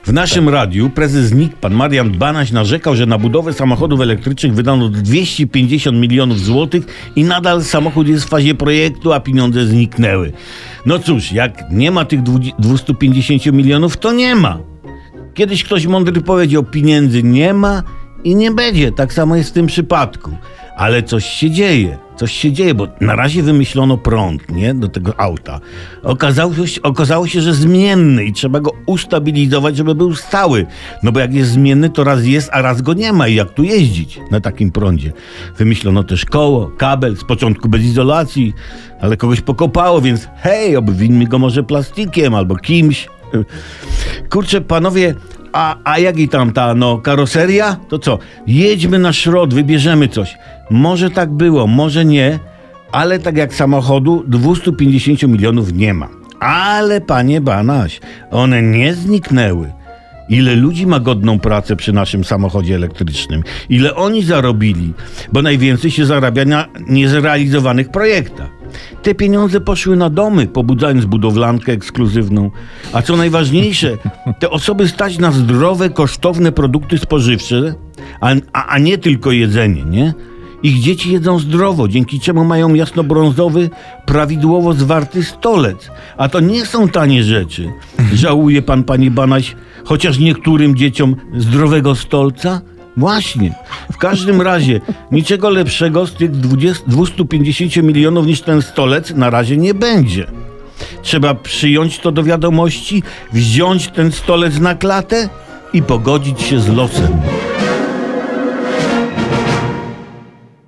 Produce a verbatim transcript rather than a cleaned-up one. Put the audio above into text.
W naszym radiu prezes N I K, pan Marian Banaś, narzekał, że na budowę samochodów elektrycznych wydano dwieście pięćdziesiąt milionów złotych i nadal samochód jest w fazie projektu, a pieniądze zniknęły. No cóż, jak nie ma tych dwieście pięćdziesiąt milionów, to nie ma. Kiedyś ktoś mądry powiedział, pieniędzy nie ma i nie będzie. Tak samo jest w tym przypadku. Ale coś się dzieje. Coś się dzieje, bo na razie wymyślono prąd, nie? Do tego auta. Okazało się, okazało się, że zmienny i trzeba go ustabilizować, żeby był stały. No bo jak jest zmienny, to raz jest, a raz go nie ma. I jak tu jeździć na takim prądzie? Wymyślono też koło, kabel, z początku bez izolacji, ale kogoś pokopało, więc hej, obwińmy go może plastikiem albo kimś. Kurczę, panowie, a, a jak i tam ta, no, karoseria? To co? Jedźmy na szrot, wybierzemy coś. Może tak było, może nie, ale tak jak samochodu, dwieście pięćdziesiąt milionów nie ma. Ale panie Banaś, one nie zniknęły. Ile ludzi ma godną pracę przy naszym samochodzie elektrycznym? Ile oni zarobili? Bo najwięcej się zarabia na niezrealizowanych projektach. Te pieniądze poszły na domy, pobudzając budowlankę ekskluzywną. A co najważniejsze, te osoby stać na zdrowe, kosztowne produkty spożywcze, a, a, a nie tylko jedzenie, nie? Ich dzieci jedzą zdrowo, dzięki czemu mają jasnobrązowy, prawidłowo zwarty stolec. A to nie są tanie rzeczy. Żałuje pan, panie Banaś, chociaż niektórym dzieciom zdrowego stolca? Właśnie. W każdym razie niczego lepszego z tych dwieście pięćdziesiąt milionów niż ten stolec na razie nie będzie. Trzeba przyjąć to do wiadomości, wziąć ten stolec na klatę i pogodzić się z losem.